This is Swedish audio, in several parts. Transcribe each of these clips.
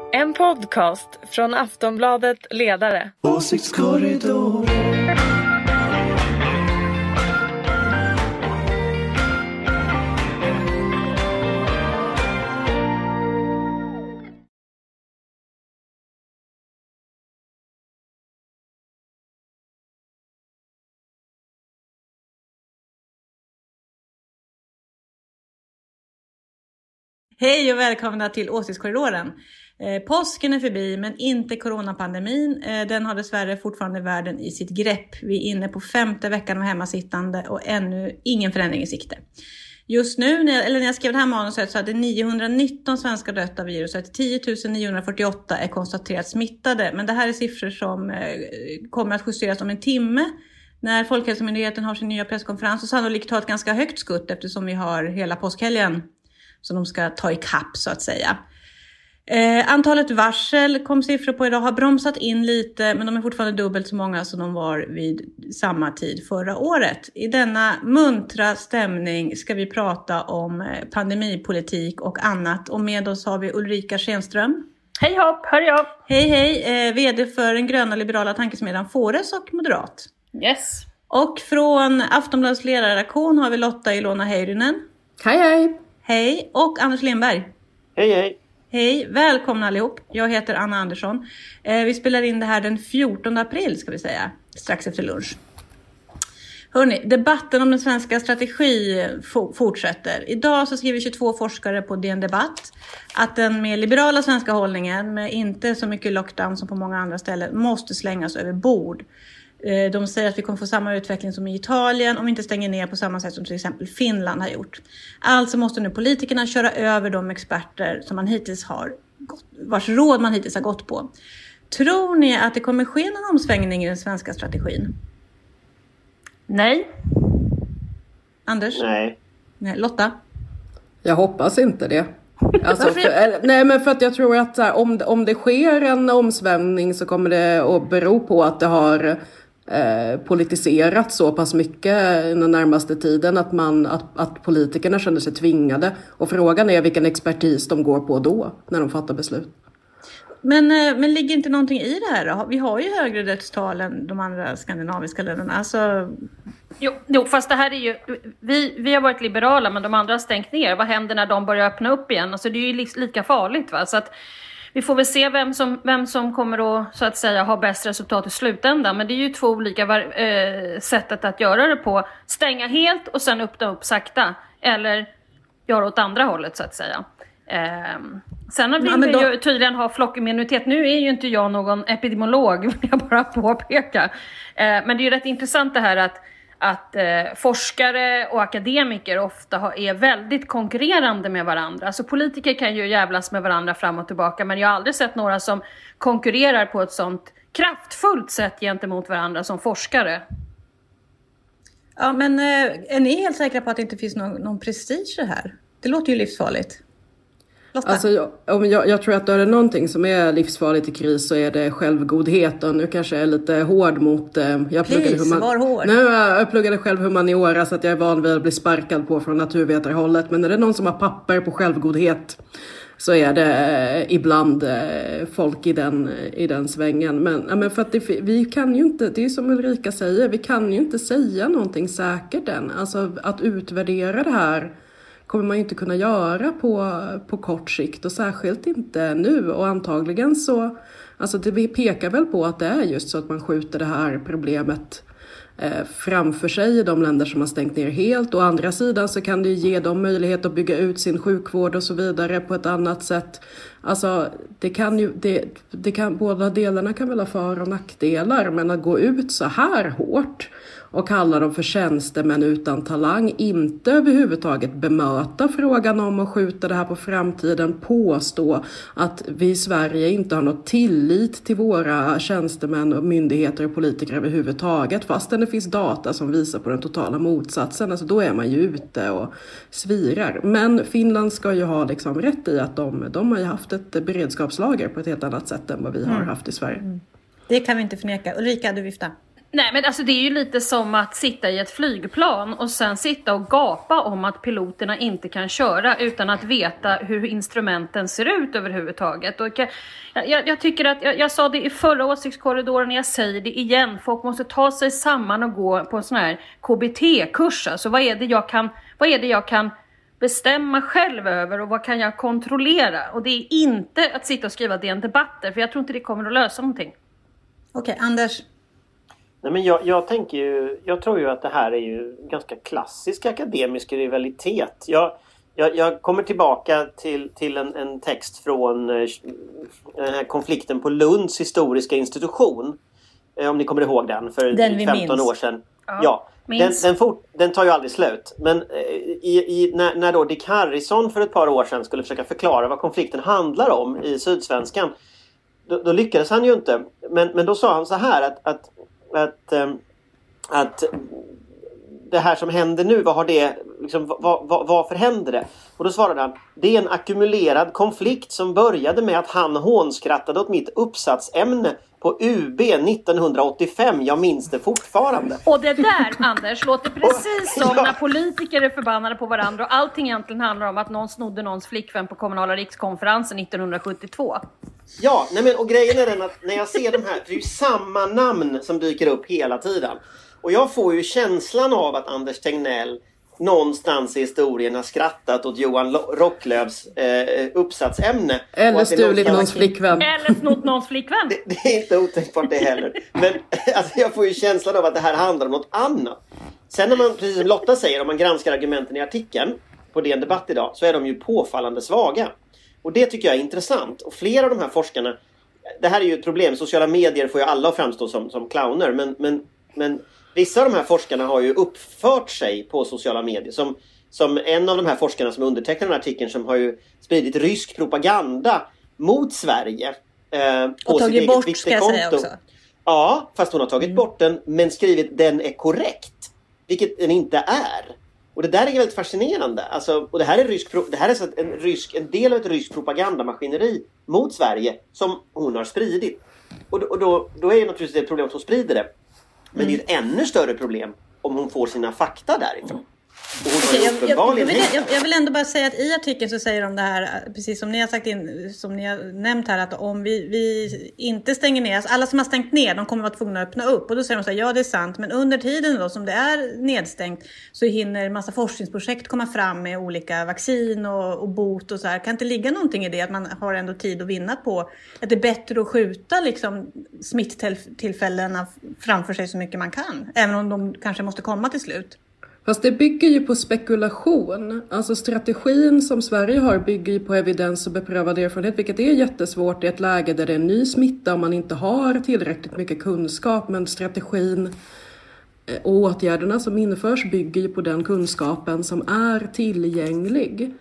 En podcast från Aftonbladet Ledare. Åsiktskorridor. Hej och välkomna till Åsiktskorridoren. Påsken är förbi men inte coronapandemin. Den har dessvärre fortfarande världen i sitt grepp. Vi är inne på 5:e veckan av hemmasittande och ännu ingen förändring i sikte. Just nu, när jag skrev det här manuset, så hade 919 svenskar dött av viruset. 10 948 är konstaterat smittade. Men det här är siffror som kommer att justeras om en timme. När Folkhälsomyndigheten har sin nya presskonferens, och sannolikt har ett ganska högt skutt eftersom vi har hela påskhelgen som de ska ta i kapp så att säga. Antalet varsel kom siffror på idag har bromsat in lite, men de är fortfarande dubbelt så många som de var vid samma tid förra året. I denna muntra stämning ska vi prata om pandemipolitik och annat. Och med oss har vi Ulrika Schenström. Hej hopp, hör jag. Hej, vd för den gröna liberala tankesmedjan Fores och moderat. Yes. Och från Aftonbladets ledarredaktion har vi Lotta Ilona Heyrinen. Hej. Hej, och Anders Lindberg. Hej. Hej, välkomna allihop. Jag heter Anna Andersson. Vi spelar in det här den 14 april ska vi säga, strax efter lunch. Hörrni, debatten om den svenska strategin fortsätter. Idag så skriver 22 forskare på DN Debatt att den med liberala svenska hållningen, med inte så mycket lockdown som på många andra ställen, måste slängas över bord. De säger att vi kommer få samma utveckling som i Italien om vi inte stänger ner på samma sätt som till exempel Finland har gjort. Alltså måste nu politikerna köra över de experter som man hittills har vars råd man hittills har gått på. Tror ni att det kommer ske någon omsvängning i den svenska strategin? Nej. Anders? Nej. Lotta? Jag hoppas inte det. Alltså, nej, men för att jag tror att så här, om det sker en omsvängning så kommer det att bero på att det har politiserats så pass mycket den närmaste tiden att politikerna känner sig tvingade. Och frågan är vilken expertis de går på då när de fattar beslut. Men ligger inte någonting i det här då? Vi har ju högre dödstal än de andra skandinaviska länderna. Alltså... Jo, fast det här är ju... Vi har varit liberala men de andra har stängt ner. Vad händer när de börjar öppna upp igen? Alltså det är ju lika farligt va? Så att vi får väl se vem som kommer att så att säga ha bäst resultat i slutändan. Men det är ju två olika sättet att göra det på. Stänga helt och sen öppna upp sakta. Eller göra åt andra hållet så att säga. Sen vill vi ju tydligen ha flockimmunitet. Nu är ju inte jag någon epidemiolog, vill jag bara påpeka. Men det är ju rätt intressant det här att forskare och akademiker ofta är väldigt konkurrerande med varandra. Alltså politiker kan ju jävlas med varandra fram och tillbaka, men jag har aldrig sett några som konkurrerar på ett sånt kraftfullt sätt gentemot varandra som forskare. Ja, men är ni helt säkra på att det inte finns någon prestige här? Det låter ju livsfarligt. Alltså, jag tror att det är någonting som är livsfarligt i kris så är det självgodhet. Och nu kanske jag är lite hård mot... Jag pluggade själv humaniora så att jag är van vid att bli sparkad på från naturvetarhållet. Men är det någon som har papper på självgodhet så är det ibland folk i den svängen. Men för att vi kan ju inte, det är som Ulrika säger, vi kan ju inte säga någonting säkert än. Alltså att utvärdera det här kommer man ju inte kunna göra på kort sikt och särskilt inte nu. Och antagligen så, alltså det pekar väl på att det är just så att man skjuter det här problemet framför sig i de länder som har stängt ner helt. Å andra sidan så kan det ju ge dem möjlighet att bygga ut sin sjukvård och så vidare på ett annat sätt. Alltså det kan båda delarna kan väl ha för- och nackdelar, men att gå ut så här hårt och kalla dem för tjänstemän utan talang, inte överhuvudtaget bemöta frågan om att skjuta det här på framtiden, påstå att vi i Sverige inte har något tillit till våra tjänstemän och myndigheter och politiker överhuvudtaget, fastän det finns data som visar på den totala motsatsen. Alltså då är man ju ute och svirar. Men Finland ska ju ha liksom rätt i att de har ju haft ett beredskapslager på ett helt annat sätt än vad vi har haft i Sverige. Det kan vi inte förneka. Ulrika, du viftar. Nej, men alltså det är ju lite som att sitta i ett flygplan och sen sitta och gapa om att piloterna inte kan köra utan att veta hur instrumenten ser ut överhuvudtaget. Och jag tycker att, jag sa det i förra åsiktskorridoren, jag säger det igen, folk måste ta sig samman och gå på en sån här KBT-kurs. Alltså vad är det jag kan bestämma själv över och vad kan jag kontrollera? Och det är inte att sitta och skriva DN-debatter, för jag tror inte det kommer att lösa någonting. Okej, Anders. Nej, men jag tror ju att det här är ju ganska klassisk akademisk rivalitet. Jag kommer tillbaka till en text från den här konflikten på Lunds historiska institution. Om ni kommer ihåg den för 15 år sedan. Ja, den tar ju aldrig slut. Men när då Dick Harrison för ett par år sedan skulle försöka förklara vad konflikten handlar om i Sydsvenskan, då lyckades han ju inte. Men då sa han så här att det här som händer nu, vad har det liksom, varför händer det? Och då svarade han: det är en ackumulerad konflikt som började med att han hånskrattade åt mitt uppsatsämne på UB 1985. Jag minns det fortfarande. Och det där, Anders, låter precis som när politiker är förbannade på varandra och allting egentligen handlar om att någon snodde någons flickvän på kommunala rikskonferensen 1972. Ja, och grejen är den att när jag ser de här, det är ju samma namn som dyker upp hela tiden. Och jag får ju känslan av att Anders Tegnell någonstans i historien har skrattat åt Johan Rocklövs uppsatsämne. Eller stulit någons flickvän. Eller snott någons flickvän. Det är inte otänkbart det heller. Men alltså, jag får ju känslan av att det här handlar om något annat. Sen när man, precis som Lotta säger, om man granskar argumenten i artikeln på DN Debatt idag, så är de ju påfallande svaga. Och det tycker jag är intressant. Och flera av de här forskarna, det här är ju ett problem, sociala medier får ju alla att framstå som clowner, men vissa av de här forskarna har ju uppfört sig på sociala medier. Som en av de här forskarna som undertecknar den här artikeln, som har ju spridit rysk propaganda mot Sverige på och sitt tagit eget bort, Twitterkonto. Ska jag säga också. Ja, fast hon har tagit bort den, men skrivit den är korrekt, vilket den inte är. Och det där är väldigt fascinerande. Alltså, och det här är så en del av ett ryskt propagandamaskineri mot Sverige som hon har spridit. Och då är ju naturligtvis det problem att hon sprider det. Men det är ett ännu större problem om hon får sina fakta därifrån. Jag vill ändå bara säga att i artikeln så säger de det här, precis som ni har sagt som ni har nämnt här, att om vi inte stänger ner, alltså alla som har stängt ner, de kommer vara tvungna att öppna upp. Och då säger de så här, ja det är sant, men under tiden då som det är nedstängt så hinner en massa forskningsprojekt komma fram med olika vaccin och bot och så här. Kan inte ligga någonting i det, att man har ändå tid att vinna på att det är bättre att skjuta liksom smitttillfällena framför sig så mycket man kan, även om de kanske måste komma till slut. Fast det bygger ju på spekulation. Alltså strategin som Sverige har bygger ju på evidens och beprövad erfarenhet, vilket är jättesvårt i ett läge där det är en ny smitta och man inte har tillräckligt mycket kunskap. Men strategin och åtgärderna som införs bygger ju på den kunskapen som är tillgänglig.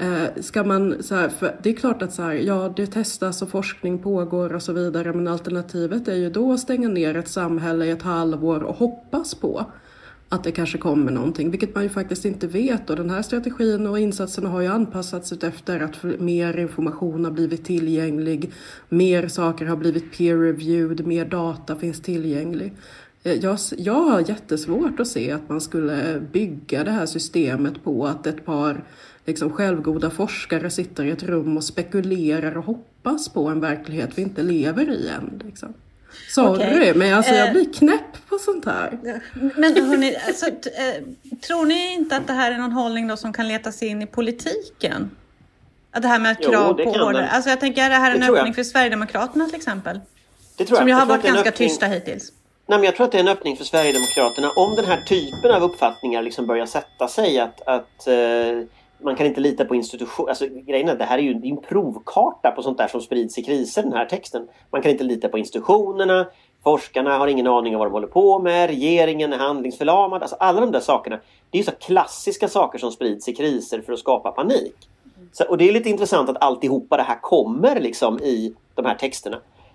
Ska man så här, för det är klart att så här, ja, det testas och forskning pågår och så vidare, men alternativet är ju då att stänga ner ett samhälle i ett halvår och hoppas på att det kanske kommer någonting, vilket man ju faktiskt inte vet. Och den här strategin och insatserna har ju anpassats efter att mer information har blivit tillgänglig, mer saker har blivit peer-reviewed, mer data finns tillgänglig. Jag har jättesvårt att se att man skulle bygga det här systemet på att ett par liksom självgoda forskare sitter i ett rum och spekulerar och hoppas på en verklighet vi inte lever i än. Liksom. Sorry, men alltså jag blir knäpp på sånt här. Men hörni, alltså, tror ni inte att det här är någon hållning då som kan leta sig in i politiken? Att det här med krav på hårdare. Alltså jag tänker, är det här en öppning för Sverigedemokraterna till exempel? Det tror jag. Som jag har varit ganska tysta hittills. Nej, men jag tror att det är en öppning för Sverigedemokraterna om den här typen av uppfattningar liksom börjar sätta sig, att man kan inte lita på institutioner. Alltså grejen är att det här är ju en provkarta på sånt där som sprids i kriser, den här texten. Man kan inte lita på institutionerna, forskarna har ingen aning om vad de håller på med, regeringen är handlingsförlamad. Alltså alla de där sakerna, det är ju så klassiska saker som sprids i kriser för att skapa panik. Så, och det är lite intressant att alltihopa det här kommer liksom i de här texterna.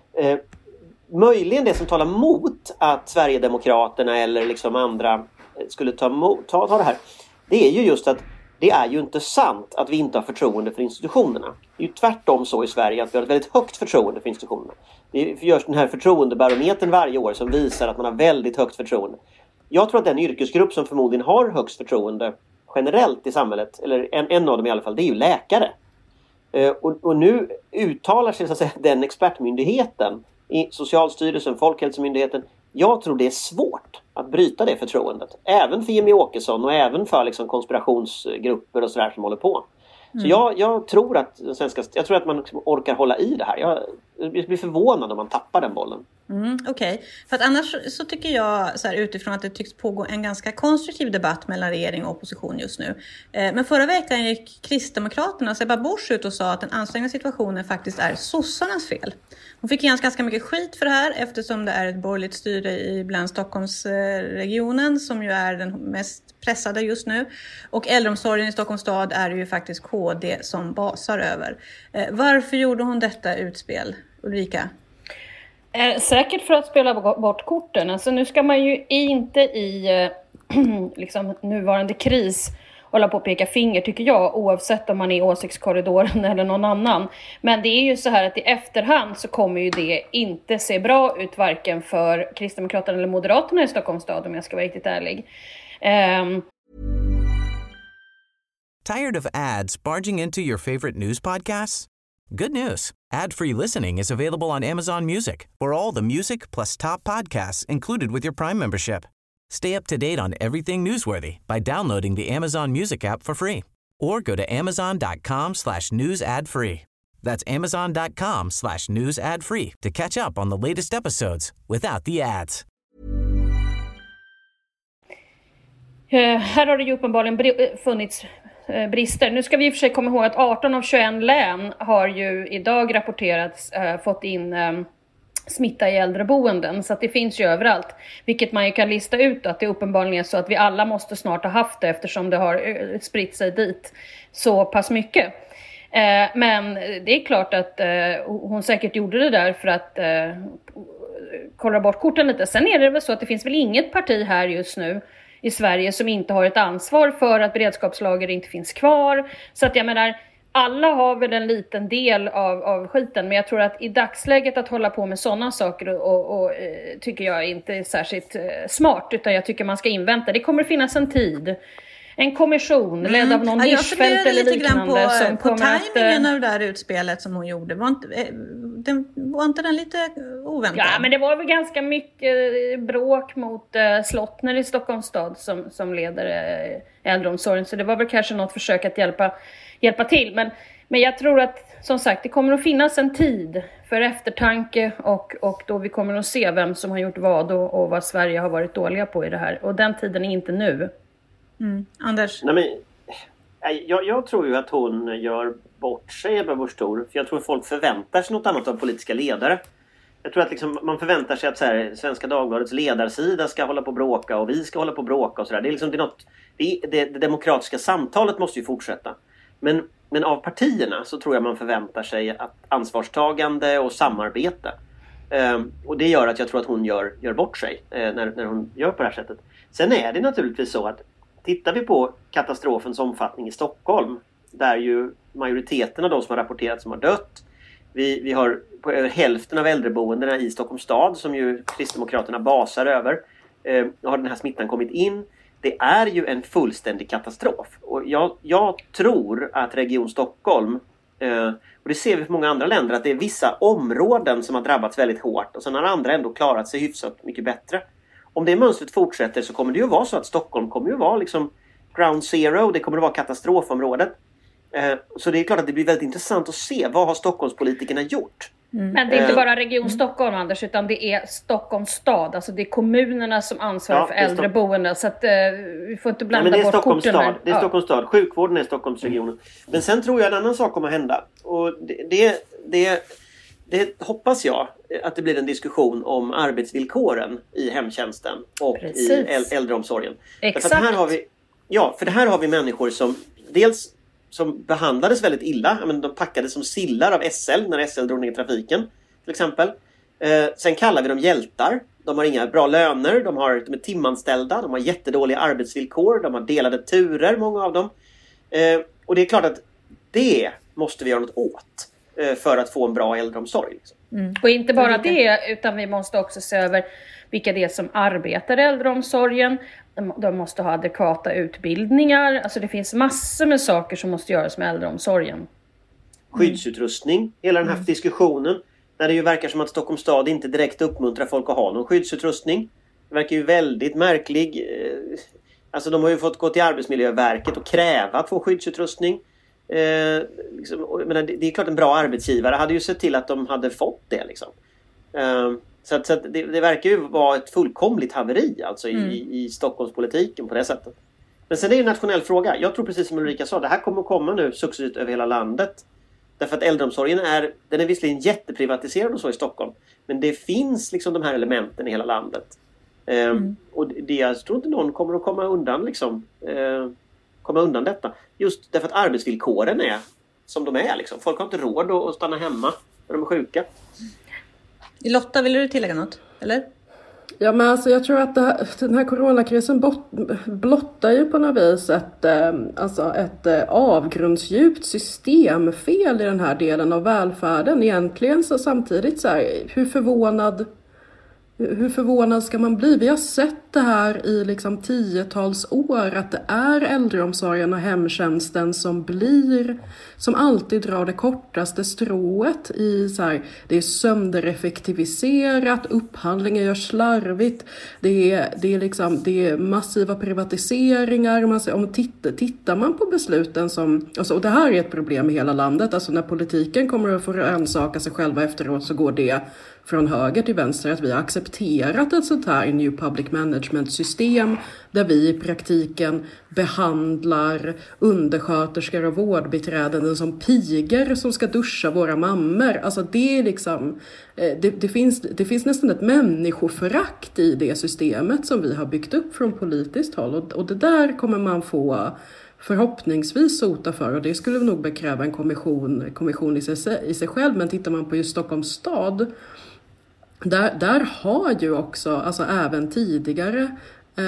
Möjligen det som talar mot att Sverigedemokraterna eller liksom andra skulle ta det här, det är ju just att Det är ju inte sant att vi inte har förtroende för institutionerna. Det är ju tvärtom så i Sverige att vi har ett väldigt högt förtroende för institutionerna. Det görs den här förtroendebarometern varje år som visar att man har väldigt högt förtroende. Jag tror att den yrkesgrupp som förmodligen har högst förtroende generellt i samhället, eller en av dem i alla fall, det är ju läkare. Och nu uttalar sig så att säga den expertmyndigheten i Socialstyrelsen, Folkhälsomyndigheten. Jag tror det är svårt att bryta det förtroendet. Även för Jimmie Åkesson och även för liksom konspirationsgrupper och sådär som håller på. Så jag tror att man liksom orkar hålla i det här. Jag blir förvånad om man tappar den bollen. Okej. För att annars så tycker jag så här, utifrån att det tycks pågå en ganska konstruktiv debatt mellan regering och opposition just nu. Men förra veckan gick Kristdemokraterna, Ebba Busch, ut och sa att den ansträngda situationen faktiskt är sossarnas fel. Hon fick ganska mycket skit för det här eftersom det är ett borgerligt styre i bland Stockholmsregionen som ju är den mest pressade just nu. Och äldreomsorgen i Stockholms stad är ju faktiskt KD som basar över. Varför gjorde hon detta utspel, Ulrika? Säkert för att spela bort korten. Alltså nu ska man ju inte i liksom nuvarande kris hålla på att peka finger, tycker jag, oavsett om man är i åsiktskorridoren eller någon annan. Men det är ju så här att i efterhand så kommer ju det inte se bra ut varken för Kristdemokraterna eller Moderaterna i Stockholms stad, om jag ska vara riktigt ärlig. Tired of ads barging into your favorite news podcasts? Good news. Ad-free listening is available on Amazon Music for all the music plus top podcasts included with your Prime membership. Stay up to date on everything newsworthy by downloading the Amazon Music app for free or go to amazon.com/news ad free. That's amazon.com/news ad free to catch up on the latest episodes without the ads. Här har det ju uppenbarligen funnits brister. Nu ska vi i och för sig komma ihåg att 18 av 21 län har ju idag rapporterats fått in smitta i äldreboenden, så att det finns ju överallt, vilket man ju kan lista ut att det uppenbarligen är så att vi alla måste snart ha haft det eftersom det har spritt sig dit så pass mycket. Men det är klart att hon säkert gjorde det där för att kolla bort korten lite. Sen är det väl så att det finns väl inget parti här just nu i Sverige som inte har ett ansvar för att beredskapslager inte finns kvar. Så att jag menar, alla har väl en liten del av skiten. Men jag tror att i dagsläget att hålla på med sådana saker och tycker jag inte är särskilt smart. Utan jag tycker man ska invänta. Det kommer finnas en tid. En kommission ledd av någon Hirschfeldt eller liknande. Jag som på kommer tajmingen av det där utspelet som hon gjorde. Var inte den lite oväntad? Ja, men det var väl ganska mycket bråk mot Slottner i Stockholms stad som leder äldreomsorgen. Så det var väl kanske något försök att hjälpa till. Men jag tror att, som sagt, det kommer att finnas en tid för eftertanke och då vi kommer att se vem som har gjort vad och vad Sverige har varit dåliga på i det här. Och den tiden är inte nu. Anders? Nej, men, jag tror ju att hon gör bort sig, Ebba Busch Thor. För jag tror att folk förväntar sig något annat av politiska ledare. Jag tror att liksom, man förväntar sig att så här, Svenska Dagbladets ledarsida ska hålla på och bråka och vi ska hålla på och bråka och sådär. Det är liksom, det demokratiska samtalet måste ju fortsätta. Men av partierna så tror jag man förväntar sig att ansvarstagande och samarbete. Och det gör att jag tror att hon gör bort sig när hon gör på det här sättet. Sen är det naturligtvis så att tittar vi på katastrofens omfattning i Stockholm, där ju majoriteten av de som har rapporterat som har dött. Vi har på över hälften av äldreboendena i Stockholms stad som ju Kristdemokraterna basar över. Har den här smittan kommit in. Det är ju en fullständig katastrof. Och jag tror att Region Stockholm, och det ser vi för många andra länder, att det är vissa områden som har drabbats väldigt hårt. Och sen har andra ändå klarat sig hyfsat mycket bättre. Om det mönstret fortsätter så kommer det ju vara så att Stockholm kommer ju vara liksom ground zero. Det kommer att vara katastrofområdet. Så det är klart att det blir väldigt intressant att se vad har Stockholmspolitikerna gjort. Men det är inte bara Region Stockholm, Anders, utan det är Stockholms stad. Alltså det är kommunerna som ansvarar för äldreboenden. Så att vi får inte blanda bort korten här. Det är Stockholms stad. Sjukvården är Stockholmsregionen. Men sen tror jag en annan sak kommer att hända. Och det hoppas jag att det blir en diskussion om arbetsvillkoren i hemtjänsten och i äldreomsorgen. Exakt. För här har vi människor som dels som behandlades väldigt illa. Men de packades som sillar av SL när SL drog ner trafiken till exempel. Sen kallar vi dem hjältar. De har inga bra löner, de är timanställda, de har jättedåliga arbetsvillkor, de har delade turer, många av dem. Och det är klart att det måste vi göra något åt för att få en bra äldreomsorg. Liksom. Och inte bara det, utan vi måste också se över vilka det är som arbetar i äldreomsorgen. De måste ha adekvata utbildningar. Alltså det finns massor med saker som måste göras med äldreomsorgen. Skyddsutrustning, hela den här diskussionen. När det ju verkar som att Stockholms stad inte direkt uppmuntrar folk att ha någon skyddsutrustning. Det verkar ju väldigt märklig. Alltså de har ju fått gå till Arbetsmiljöverket och kräva att få skyddsutrustning. Det är klart en bra arbetsgivare hade ju sett till att de hade fått det. Liksom. Så det verkar ju vara ett fullkomligt haveri alltså, i Stockholmspolitiken på det sättet. Men sen är det en nationell fråga. Jag tror precis som Ulrika sa, det här kommer att komma nu successivt över hela landet. Därför att äldreomsorgen är visserligen jätteprivatiserad och så i Stockholm. Men det finns liksom de här elementen i hela landet. Och jag tror inte någon kommer att komma undan detta. Just därför att arbetsvillkoren är som de är. Liksom. Folk har inte råd att stanna hemma när de är sjuka. Lotta, vill du tillägga något? Eller? Ja, men alltså jag tror att den här coronakrisen blottar ju på något vis ett avgrundsdjupt systemfel i den här delen av välfärden. Egentligen så samtidigt så här, hur förvånad ska man bli? Vi har sett det här i liksom 10-tals år, att det är äldreomsorgen och hemtjänsten som alltid drar det kortaste strået i så här, det är söndereffektiviserat, upphandlingen görs slarvigt, det är massiva privatiseringar. Om tittar man på besluten och det här är ett problem i hela landet, alltså när politiken kommer att få rannsaka sig själva efteråt, så går det från höger till vänster, att vi har accepterat ett sånt här New Public Management-system där vi i praktiken behandlar undersköterskor och vårdbiträden som pigor som ska duscha våra mammor. Alltså det är liksom, det finns nästan ett människoförakt i det systemet som vi har byggt upp från politiskt håll, och det där kommer man få förhoppningsvis sota för, och det skulle nog bekräva en kommission i sig själv. Men tittar man på just Stockholms stad, där har ju också, alltså även tidigare,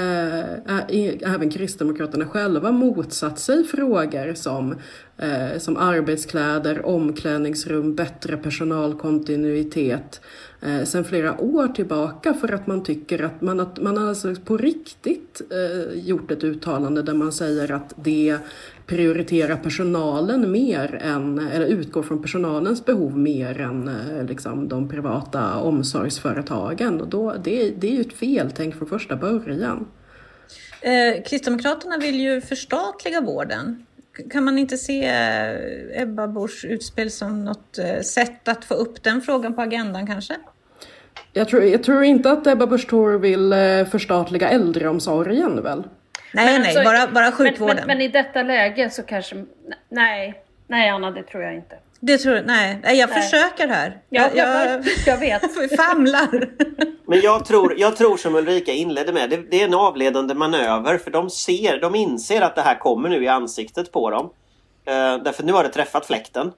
även Kristdemokraterna själva motsatt sig frågor som arbetskläder, omklädningsrum, bättre personalkontinuitet sen flera år tillbaka, för att man tycker att man har alltså på riktigt gjort ett uttalande där man säger att det prioriterar personalen mer än, eller utgår från personalens behov mer än liksom de privata omsorgsföretagen. Och då, det är ju ett feltänk från första början. Kristdemokraterna vill ju förstatliga vården. Kan man inte se Ebba Buschs utspel som något sätt att få upp den frågan på agendan kanske? Jag tror inte att Ebba Busch Thor vill förstatliga äldreomsorgen väl? Nej, bara sjukvården. Men i detta läge så kanske... Nej Anna, det tror jag inte. Jag försöker här. Jag vet. Famlar. Men jag tror som Ulrika inledde med, det är en avledande manöver, för de inser att det här kommer nu i ansiktet på dem. Därför nu har det träffat fläkten.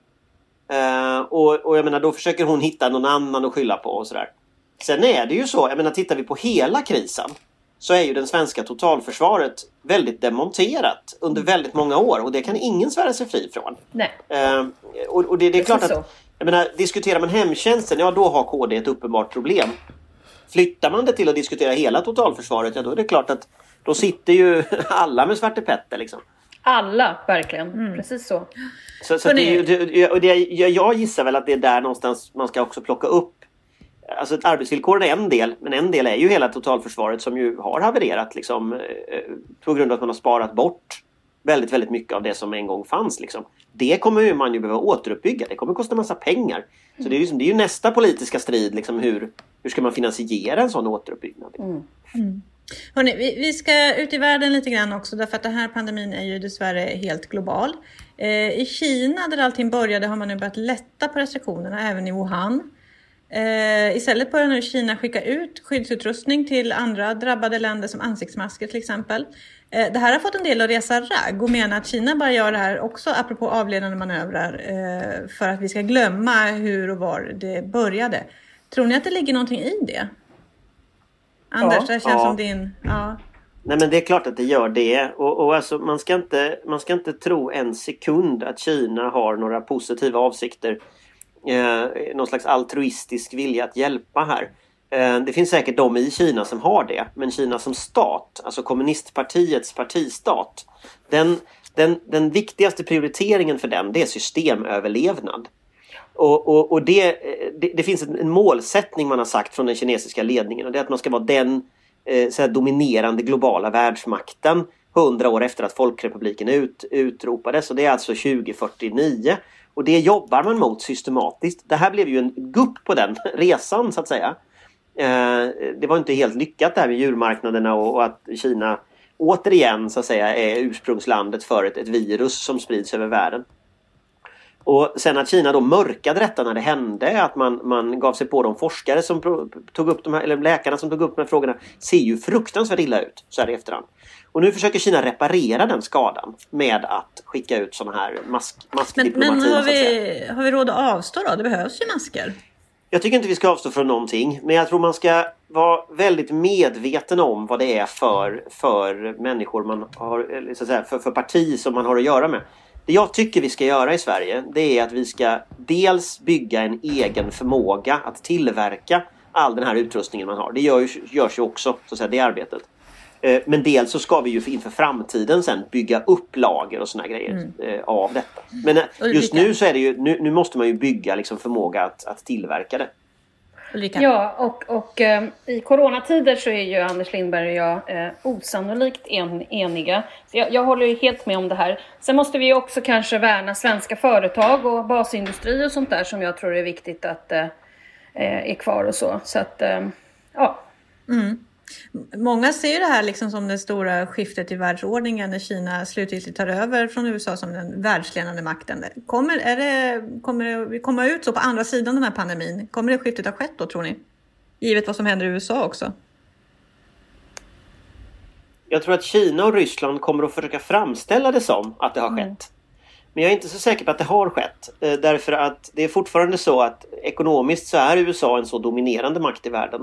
Och jag menar, då försöker hon hitta någon annan att skylla på och sådär. Sen är det ju så, jag menar, tittar vi på hela krisen, så är ju den svenska totalförsvaret väldigt demonterat under väldigt många år. Och det kan ingen svära sig fri från. Nej. Och det är klart att, jag menar, diskuterar man hemtjänsten, ja då har KD ett uppenbart problem. Flyttar man det till att diskutera hela totalförsvaret, ja då är det klart att då sitter ju alla med Svarte Petter liksom. Alla, verkligen. Precis så. Så jag gissar väl att det är där någonstans man ska också plocka upp. Alltså arbetsvillkoren är en del, men en del är ju hela totalförsvaret som ju har havererat liksom, på grund av att man har sparat bort väldigt, väldigt mycket av det som en gång fanns. Liksom. Det kommer man ju behöva återuppbygga, det kommer kosta massa pengar. Så det är ju nästa politiska strid, liksom, hur ska man finansiera en sån återuppbyggnad? Hörrni, vi ska ut i världen lite grann också, därför att den här pandemin är ju dessvärre helt global. I Kina, där allting började, har man nu börjat lätta på restriktionerna, även i Wuhan. Istället börjar nu Kina skicka ut skyddsutrustning till andra drabbade länder som ansiktsmasker till exempel. Det här har fått en del att resa ragg och menar att Kina bara gör det här också apropå avledande manövrar för att vi ska glömma hur och var det började. Tror ni att det ligger någonting i det? Anders, det känns som din... Ja. Nej, men det är klart att det gör det. Och alltså, man ska inte tro en sekund att Kina har några positiva avsikter. Någon slags altruistisk vilja att hjälpa här. Det finns säkert de i Kina som har det. Men Kina som stat, alltså kommunistpartiets partistat, den viktigaste prioriteringen för den, det är systemöverlevnad. Och det finns en målsättning man har sagt från den kinesiska ledningen, och det är att man ska vara den så här dominerande globala världsmakten 100 år efter att Folkrepubliken utropades, och det är alltså 2049, och det jobbar man mot systematiskt. Det här blev ju en gupp på den resan, så att säga. Det var inte helt lyckat det här med djurmarknaderna och att Kina återigen, så att säga, är ursprungslandet för ett virus som sprids över världen. Och sen att Kina då mörkade detta när det hände, att man gav sig på de forskare som tog upp de här, eller läkarna som tog upp de här frågorna, ser ju fruktansvärt illa ut så här i efterhand. Och nu försöker Kina reparera den skadan med att skicka ut sådana här maskdiplomati. Men har vi råd att avstå då? Det behövs ju masker. Jag tycker inte vi ska avstå från någonting, men jag tror man ska vara väldigt medveten om vad det är för människor man har, så att säga, för parti som man har att göra med. Det jag tycker vi ska göra i Sverige, det är att vi ska dels bygga en egen förmåga att tillverka all den här utrustningen man har. Det görs ju också, så att säga, det arbetet. Men dels så ska vi ju inför framtiden sen bygga upp lager och såna grejer av detta. Men just nu så är det ju, nu måste man ju bygga liksom förmåga att tillverka det. Ulrika. Ja, och i coronatider så är ju Anders Lindberg och jag osannolikt eniga. Så jag håller ju helt med om det här. Sen måste vi också kanske värna svenska företag och basindustri och sånt där som jag tror är viktigt att är kvar och så. Så att, ja. Mm. Många ser det här liksom som det stora skiftet i världsordningen när Kina slutgiltigt tar över från USA som den världsledande makten. Kommer det komma ut så på andra sidan den här pandemin? Kommer det skiftet ha skett då, tror ni? Givet vad som händer i USA också. Jag tror att Kina och Ryssland kommer att försöka framställa det som att det har skett. Men jag är inte så säker på att det har skett. Därför att det är fortfarande så att ekonomiskt så är USA en så dominerande makt i världen.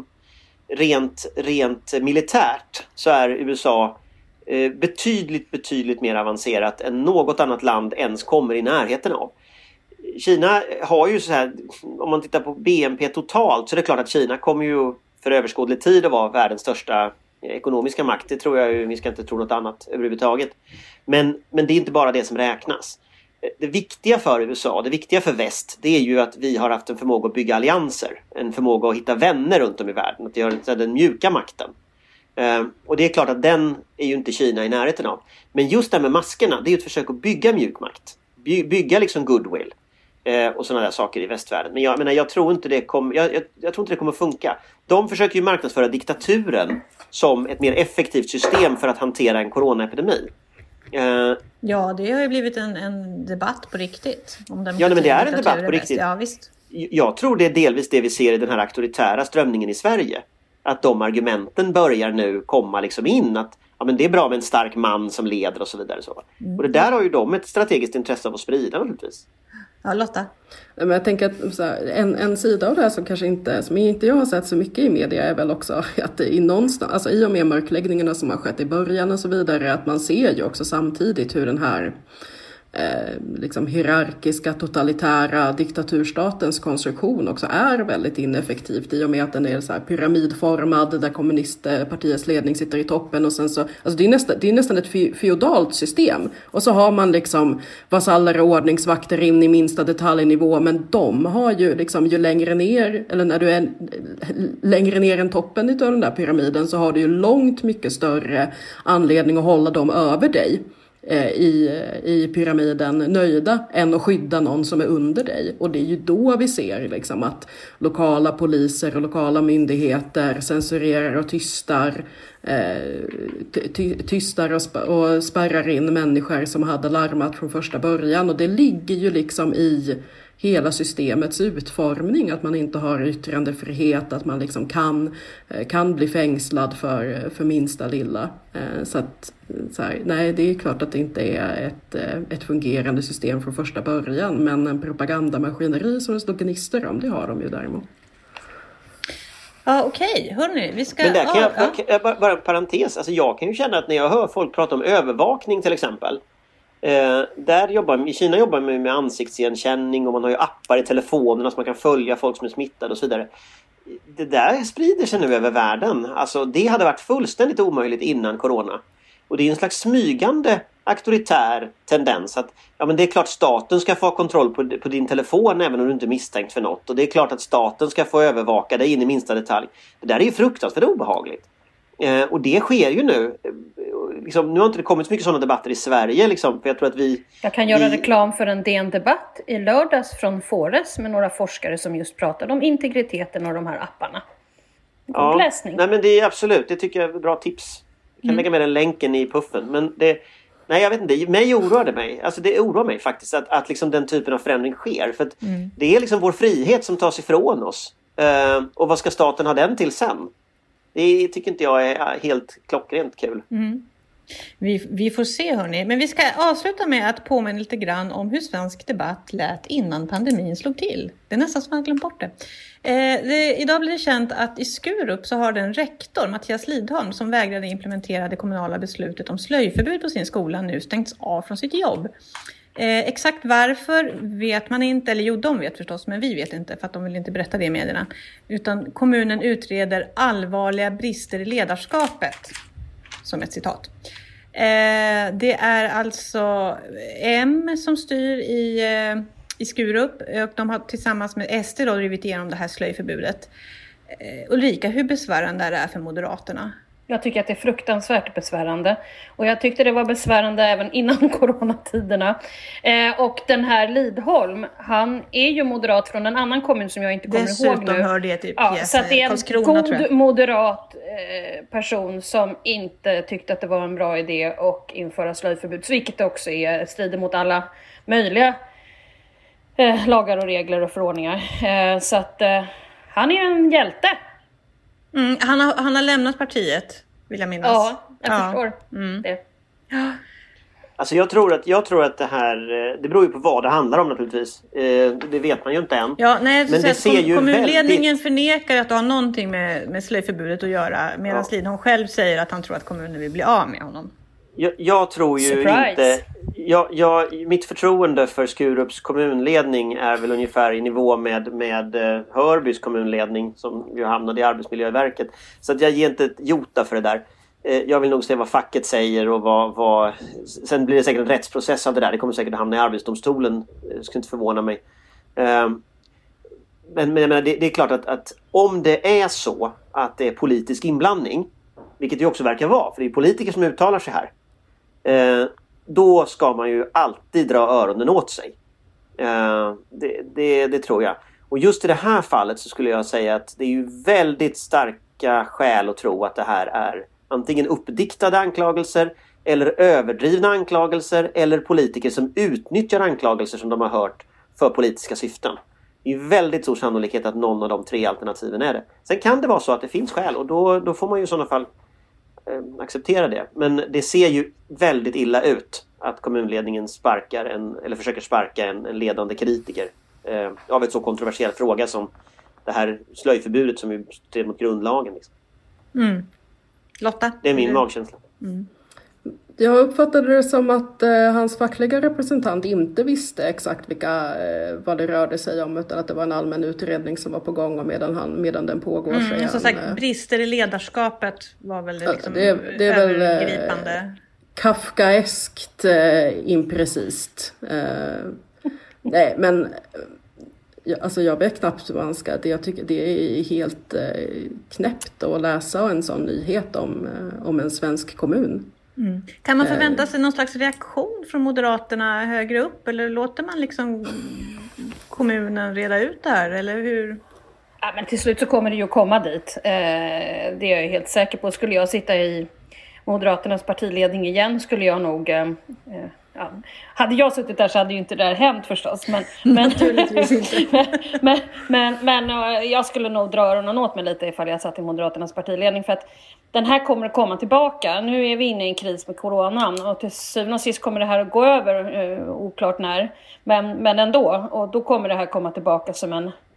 Rent militärt så är USA betydligt mer avancerat än något annat land ens kommer i närheten av. Kina har ju så här, om man tittar på BNP totalt, så är det klart att Kina kommer ju för överskådlig tid att vara världens största ekonomiska makt. Det tror jag ju, vi ska inte tro något annat överhuvudtaget. Men det är inte bara det som räknas. Det viktiga för USA, det viktiga för väst, det är ju att vi har haft en förmåga att bygga allianser. En förmåga att hitta vänner runt om i världen. Att göra den mjuka makten. Och det är klart att den är ju inte Kina i närheten av. Men just det här med maskerna, det är ju ett försök att bygga mjuk makt. Bygga liksom goodwill. Och sådana där saker i västvärlden. Men jag tror inte det kommer funka. De försöker ju marknadsföra diktaturen som ett mer effektivt system för att hantera en coronaepidemi. Ja, det har ju blivit en debatt på riktigt. Om men det är en debatt på riktigt. Ja, visst. Jag tror det är delvis det vi ser i den här auktoritära strömningen i Sverige. Att de argumenten börjar nu komma liksom in. Att men det är bra med en stark man som leder och så vidare. Så. Och det där har ju de ett strategiskt intresse av att sprida naturligtvis. Ja, Lotta? Men jag tänker att så här, en sida av det här som inte jag har sett så mycket i media är väl också att det i någonstans, alltså i och med mörkläggningarna som har skett i början och så vidare, att man ser ju också samtidigt hur den här liksom hierarkiska, totalitära diktaturstatens konstruktion också är väldigt ineffektivt i och med att den är så här pyramidformad där kommunistpartiets ledning sitter i toppen och sen så, alltså det är nästan ett feodalt system och så har man liksom vasaller och ordningsvakter in i minsta detaljnivå, men de har ju liksom ju längre ner, eller när du är längre ner än toppen utav den där pyramiden, så har du ju långt mycket större anledning att hålla dem över dig i pyramiden nöjda än att skydda någon som är under dig. Och det är ju då vi ser liksom att lokala poliser och lokala myndigheter censurerar och tystar och spärrar in människor som hade larmat från första början. Och det ligger ju liksom i hela systemets utformning att man inte har yttrandefrihet, att man liksom kan bli fängslad för minsta lilla. Så här, nej, det är klart att det inte är ett fungerande system från första början, men en propagandamaskineri som det står gnistor om, det har de ju däremot. Ja, okej. Hörrni, vi ska... Men där kan jag bara en parentes. Alltså jag kan ju känna att när jag hör folk prata om övervakning till exempel. I Kina jobbar man med ansiktsigenkänning och man har ju appar i telefonerna så man kan följa folk som är smittade och så vidare. Det där sprider sig nu över världen. Alltså det hade varit fullständigt omöjligt innan corona. Och det är en slags smygande auktoritär tendens att men det är klart staten ska få kontroll på din telefon även om du inte är misstänkt för något. Och det är klart att staten ska få övervaka dig in i minsta detalj. Det där är ju fruktansvärt obehagligt. Och det sker ju nu. Liksom, nu har inte det kommit så mycket sådana debatter i Sverige. Liksom, för jag tror att Jag kan göra reklam för en DN-debatt i lördags från Fores med några forskare som just pratade om integriteten och de här apparna. God läsning. Nej men det är absolut, det tycker jag är bra tips. Jag kan lägga med den länken i puffen. Men nej jag vet inte, mig oroar det mig. Alltså det oroar mig faktiskt att liksom den typen av förändring sker. För att det är liksom vår frihet som tas ifrån oss. Och vad ska staten ha den till sen? Det tycker inte jag är helt klockrent kul. Vi får se hörni. Men vi ska avsluta med att påminna lite grann om hur svensk debatt lät innan pandemin slog till. Det är nästan som man glömt bort det. Idag blir det känt att i Skurup så har den rektor, Mattias Lidholm, som vägrade implementera det kommunala beslutet om slöjförbud på sin skola nu stängts av från sitt jobb. Exakt varför vet man inte, eller jo de vet förstås men vi vet inte för att de vill inte berätta det i medierna. Utan kommunen utreder allvarliga brister i ledarskapet, som ett citat. Det är alltså M som styr i Skurup och de har tillsammans med SD då drivit igenom det här slöjförbudet. Ulrika, hur besvärande är det här för Moderaterna? Jag tycker att det är fruktansvärt besvärande. Och jag tyckte det var besvärande även innan coronatiderna. Och den här Lidholm, han är ju moderat från en annan kommun som jag inte kommer ihåg nu. Dessutom hörde jag typ så att det är en god moderat person som inte tyckte att det var en bra idé att införa slöjförbud. Vilket också strider mot alla möjliga lagar och regler och förordningar. Så att han är en hjälte. Han har lämnat partiet, vill jag minnas. Ja, jag förstår det. Alltså jag tror att det här, det beror ju på vad det handlar om naturligtvis. Det vet man ju inte än. Ja, nej, men det ser ju kommunledningen förnekar att det har någonting med slöjförbudet att göra. Medan Lidholm själv säger att han tror att kommunen vill bli av med honom. Jag tror ju inte... mitt förtroende för Skurups kommunledning är väl ungefär i nivå med Hörbys kommunledning som ju hamnade i Arbetsmiljöverket. Så att jag ger inte ett jota för det där. Jag vill nog se vad facket säger och sen blir det säkert en rättsprocess av det där. Det kommer säkert att hamna i Arbetsdomstolen. Det skulle inte förvåna mig. Men det är klart att om det är så att det är politisk inblandning, vilket det också verkar vara, för det är politiker som uttalar sig här, då ska man ju alltid dra öronen åt sig. Det tror jag. Och just i det här fallet så skulle jag säga att det är ju väldigt starka skäl att tro att det här är antingen uppdiktade anklagelser eller överdrivna anklagelser eller politiker som utnyttjar anklagelser som de har hört för politiska syften. Det är väldigt stor sannolikhet att någon av de tre alternativen är det. Sen kan det vara så att det finns skäl och då får man ju i sådana fall acceptera det. Men det ser ju väldigt illa ut att kommunledningen försöker sparka en ledande kritiker av ett så kontroversiell fråga som det här slöjförbudet som ju strider mot grundlagen. Liksom. Lotta? Det är min magkänsla. Jag uppfattade det som att hans fackliga representant inte visste exakt vad det rörde sig om, utan att det var en allmän utredning som var på gång och medan den pågår. Som sagt, brister i ledarskapet var väl det liksom det är övergripande. Väl kafkaeskt imprecist. Nej, men jag vet knappt vad man ska. Jag tycker det är helt knäppt att läsa en sån nyhet om en svensk kommun. Kan man förvänta sig någon slags reaktion från Moderaterna högre upp? Eller låter man liksom kommunen reda ut det här? Eller hur? Ja, men till slut så kommer det ju komma dit. Det är jag helt säker på. Skulle jag sitta i Moderaternas partiledning igen skulle jag nog... hade jag suttit där så hade ju inte det här hänt förstås. Men naturligtvis inte. men jag skulle nog dra öronen åt mig lite ifall jag satt i Moderaternas partiledning. För att den här kommer att komma tillbaka. Nu är vi inne i en kris med coronan. Och till syvende och sist kommer det här att gå över, oklart när. Men ändå. Och då kommer det här komma tillbaka som en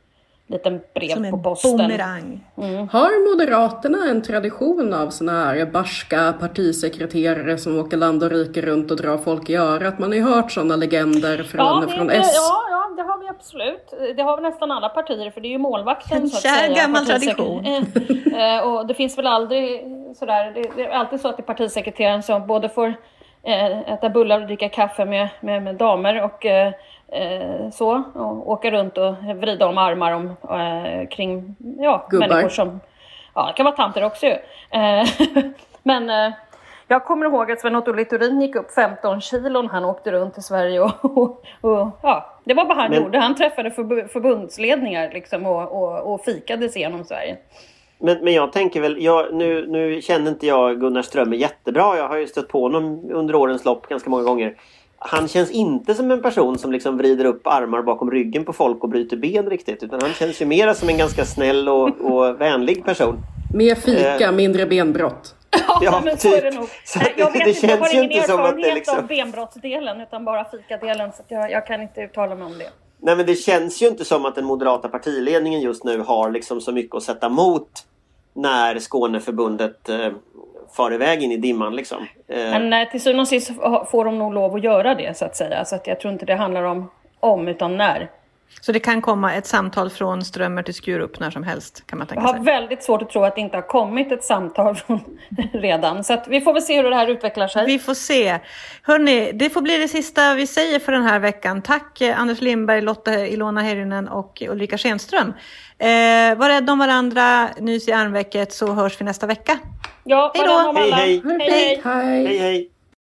liten brev som på en posten. bumerang. Har Moderaterna en tradition av såna här barska partisekreterare som åker land och rike runt och drar folk i örat? Man har ju hört sådana legender från S. Ja, det har vi absolut. Det har vi nästan alla partier, för det är ju målvakten. En kär gammal tradition. Och det finns väl aldrig sådär, det är alltid så att det är partisekreteraren som både får äta bullar och dricka kaffe med damer och så, och åka runt och vrida om armar kring människor som, det kan vara tanter också ju. Men jag kommer ihåg att Sven-Otto Littorin gick upp 15 kilo när han åkte runt i Sverige och det var vad han gjorde. Han träffade förbundsledningar liksom, och fikades igenom Sverige. Men jag tänker väl, nu känner inte jag Gunnar Strömmer jättebra. Jag har ju stött på honom under årens lopp ganska många gånger. Han känns inte som en person som liksom vrider upp armar bakom ryggen på folk och bryter ben riktigt. Utan han känns ju mer som en ganska snäll och vänlig person. Mer fika, mindre benbrott. Ja, men så är det nog. Jag vet inte, jag har ingen erfarenhet liksom av benbrottsdelen utan bara fikadelen, så att jag kan inte uttala mig om det. Nej, men det känns ju inte som att den moderata partiledningen just nu har liksom så mycket att sätta emot när Skåneförbundet far iväg in i dimman liksom. Men till syvende och sist får de nog lov att göra det, så att säga. Så att jag tror inte det handlar om utan när. Så det kan komma ett samtal från Strömmer till Skurup när som helst, kan man tänka sig. Jag har väldigt svårt att tro att det inte har kommit ett samtal redan. Så att vi får väl se hur det här utvecklar sig. Vi får se. Hörrni, det får bli det sista vi säger för den här veckan. Tack Anders Lindberg, Lotta Ilona Herrinen och Ulrika Schenström. Var rädda om varandra, nys i armvecket, så hörs vi nästa vecka. Ja, hej då! Hej, hej! Hej, hej! Hej, hej!